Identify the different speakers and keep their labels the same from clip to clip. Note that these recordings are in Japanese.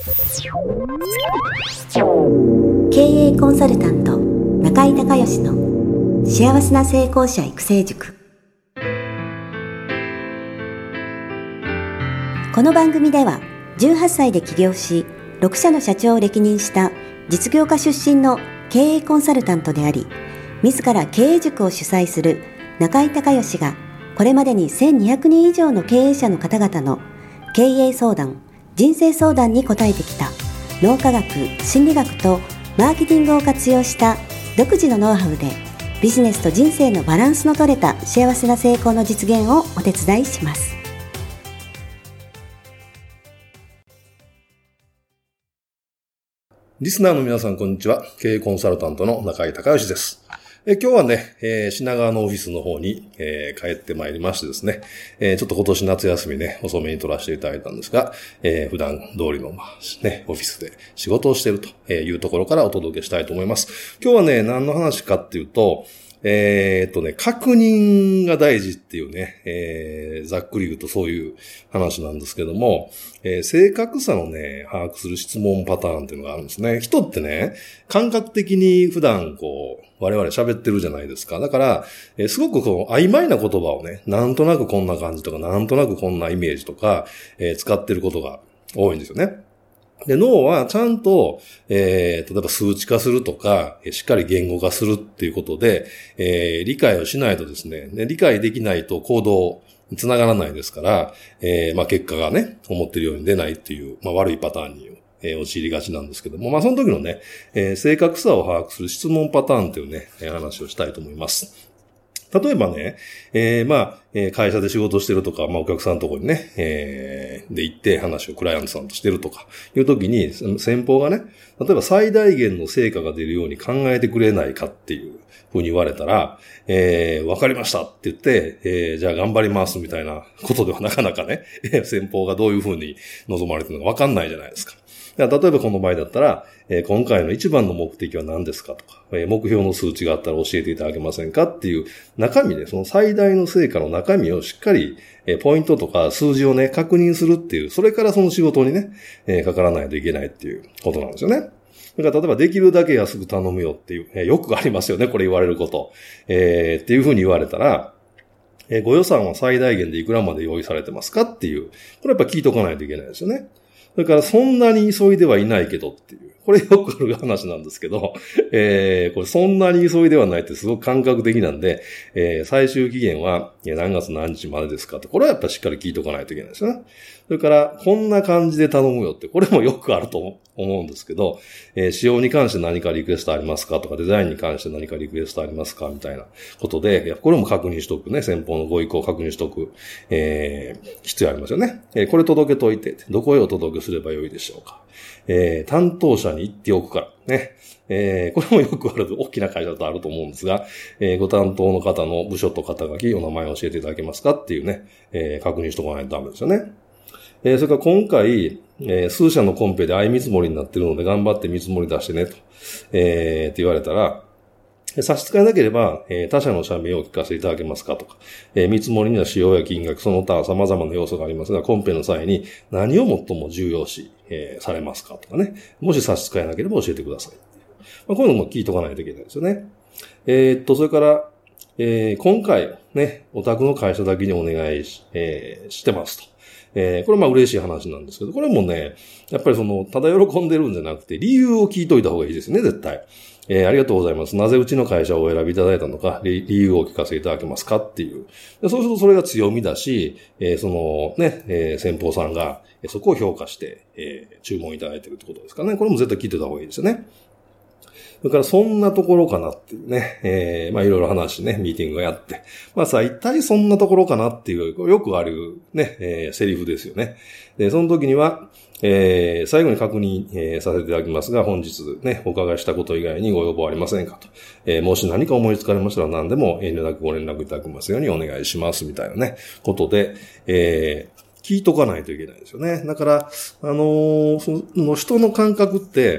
Speaker 1: 経営コンサルタント中井孝義の幸せな成功者育成塾。この番組では18歳で起業し6社の社長を歴任した実業家出身の経営コンサルタントであり、自ら経営塾を主催する中井孝義がこれまでに1200人以上の経営者の方々の経営相談、人生相談に応えてきた脳科学、心理学とマーケティングを活用した独自のノウハウでビジネスと人生のバランスの取れた幸せな成功の実現をお手伝いします。
Speaker 2: リスナーの皆さん、こんにちは。経営コンサルタントの中井孝義です。今日はね、品川のオフィスの方に、帰ってまいりましてですね、ちょっと今年夏休みね、遅めに取らせていただいたんですが、普段通りの、ね、オフィスで仕事をしているというところからお届けしたいと思います。今日はね、何の話かっていうと、確認が大事っていうね、ざっくり言うとそういう話なんですけども、正確さのね、把握する質問パターンっていうのがあるんですね。人ってね、感覚的に普段我々喋ってるじゃないですか。だから、すごく曖昧な言葉をね、なんとなくこんな感じとか、なんとなくこんなイメージとか、使ってることが多いんですよね。で、脳はちゃんと、例えば数値化するとか、しっかり言語化するっていうことで、理解をしないとですね、理解できないと行動につながらないですから、結果がね、思ってるように出ないっていう、悪いパターンに陥りがちなんですけども、その時のね、正確さを把握する質問パターンというね、話をしたいと思います。例えばね、会社で仕事してるとか、お客さんのところにね、で行って話をクライアントさんとしてるとかいう時に、先方がね、例えば最大限の成果が出るように考えてくれないかっていうふうに言われたら、わかりましたって言って、じゃあ頑張りますみたいなことではなかなかね、先方がどういうふうに望まれてるのかわかんないじゃないですか。例えばこの場合だったら、今回の一番の目的は何ですかとか、目標の数値があったら教えていただけませんかっていう中身で、その最大の成果の中身をしっかり、ポイントとか数字をね、確認するっていう、それからその仕事にね、かからないといけないっていうことなんですよね。だから例えばできるだけ安く頼むよっていう、よくありますよね、これ言われること。っていうふうに言われたら、ご予算は最大限でいくらまで用意されてますかっていう、これやっぱ聞いとかないといけないですよね。それからそんなに急いではいないけどっていう。これよくある話なんですけど、これそんなに急いではないってすごく感覚的なんで、最終期限は何月何日までですかって、これはやっぱりしっかり聞いとかないといけないですよね。それから、こんな感じで頼むよって、これもよくあると思うんですけど、仕様に関して何かリクエストありますかとか、デザインに関して何かリクエストありますかみたいなことで、これも確認しとくね。先方のご意向を確認しとく、必要ありますよね。これ届けといて、どこへお届けすればよいでしょうか。担当者に言っておくからね。これもよくある、大きな会社だとあると思うんですが、ご担当の方の部署と肩書き、お名前を教えていただけますかっていうね、確認しとかないとダメですよね。それから今回、数社のコンペで相見積もりになっているので頑張って見積もり出してねと、って言われたら、差し支えなければ、他社の社名を聞かせていただけますかとか、見積もりには使用や金額、その他様々な要素がありますが、コンペの際に何を最も重要視、されますかとかね。もし差し支えなければ教えてください。こういうのも聞いとかないといけないですよね。それから、今回ね、お宅の会社だけにお願いしてますと。これ嬉しい話なんですけど、これもね、やっぱりただ喜んでるんじゃなくて、理由を聞いといた方がいいですね、絶対。ありがとうございます。なぜうちの会社をお選びいただいたのか、理由をお聞かせいただけますかっていう。そうするとそれが強みだし、先方さんがそこを評価して、注文いただいているってことですからね。これも絶対聞いてた方がいいですよね。それからそんなところかなっていうね、いろいろ話ね、ミーティングをやって、一体そんなところかなっていう、よくあるね、セリフですよね。で、その時には、最後に確認、させていただきますが、本日ね、お伺いしたこと以外にご要望ありませんかと。もし何か思いつかれましたら何でも遠慮なくご連絡いただきますようにお願いしますみたいなね、ことで、聞いとかないといけないですよね。だから、その人の感覚って、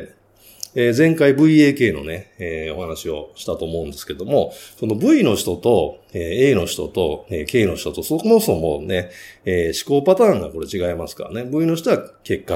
Speaker 2: 前回 VAK のね、お話をしたと思うんですけども、その V の人と、A の人と、K の人と、そもそもね、思考パターンがこれ違いますからね。V の人は結果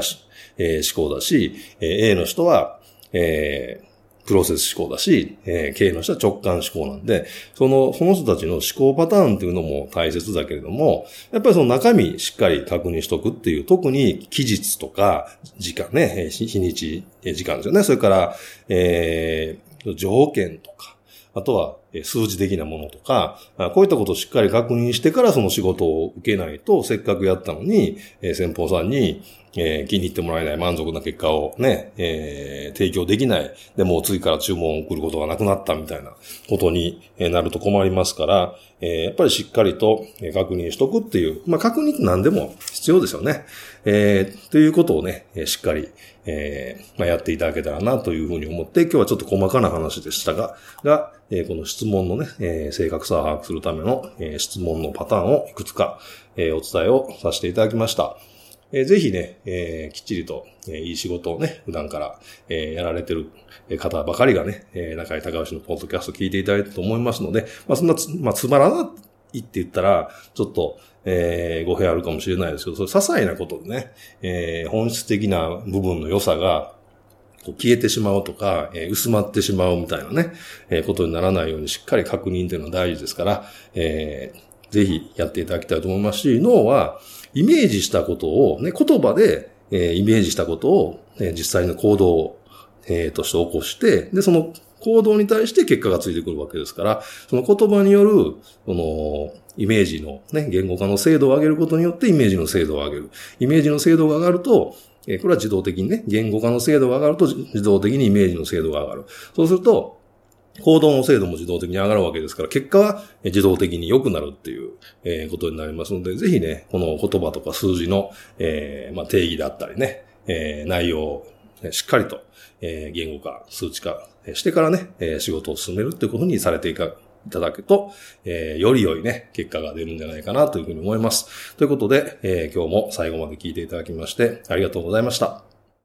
Speaker 2: 思考だし、A の人は、プロセス思考だし、K の人は直感思考なんで、その人たちの思考パターンっていうのも大切だけれども、やっぱりその中身しっかり確認しとくっていう、特に期日とか、時間ね、日にち、時間ですよね。それから、条件とか、あとは数字的なものとか、こういったことをしっかり確認してからその仕事を受けないと、せっかくやったのに、先方さんに、気に入ってもらえない満足な結果をね、提供できない。でもう次から注文を送ることがなくなったみたいなことになると困りますから、やっぱりしっかりと確認しとくっていう、確認って何でも必要ですよね。ということをね、しっかり、やっていただけたらなというふうに思って、今日はちょっと細かな話でしたが、この質問のね、正確さを把握するための、質問のパターンをいくつか、お伝えをさせていただきました。ぜひね、きっちりと、いい仕事をね、普段から、やられてる方ばかりがね、中井隆義のポッドキャスト聞いていただいたと思いますので、そんなつまらないって言ったら、ちょっと、語弊あるかもしれないですけど、それ些細なことでね、本質的な部分の良さが、消えてしまうとか、薄まってしまうみたいなね、ことにならないようにしっかり確認というのは大事ですから、ぜひやっていただきたいと思いますし、脳はイメージしたことをね、言葉で、イメージしたことを、実際の行動として起こして、で、その行動に対して結果がついてくるわけですから、その言葉による、イメージのね、言語化の精度を上げることによってイメージの精度を上げる。イメージの精度が上がると、これは自動的にね、言語化の精度が上がると自動的にイメージの精度が上がる。そうすると、行動の精度も自動的に上がるわけですから、結果は自動的に良くなるっていう、ことになりますので、ぜひね、この言葉とか数字の、定義だったりね、内容をしっかりと、言語化、数値化してからね、仕事を進めるっていうことにされていただくと、より良いね、結果が出るんじゃないかなというふうに思います。ということで、今日も最後まで聞いていただきましてありがとうございました。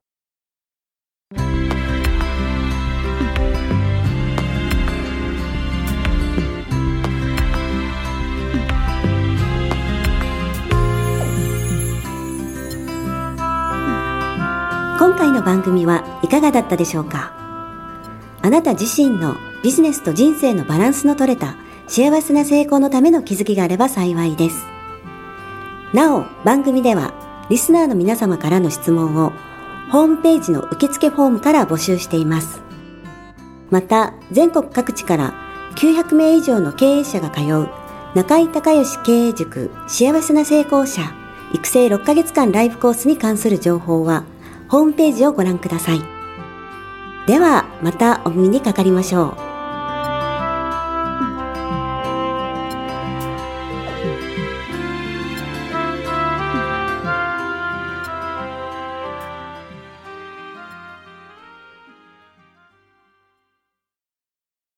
Speaker 1: 今回の番組はいかがだったでしょうか。あなた自身のビジネスと人生のバランスの取れた幸せな成功のための気づきがあれば幸いです。なお、番組ではリスナーの皆様からの質問をホームページの受付フォームから募集しています。また、全国各地から900名以上の経営者が通う中井隆義経営塾幸せな成功者育成6ヶ月間ライブコースに関する情報はホームページをご覧ください。ではまたお耳にかかりましょう。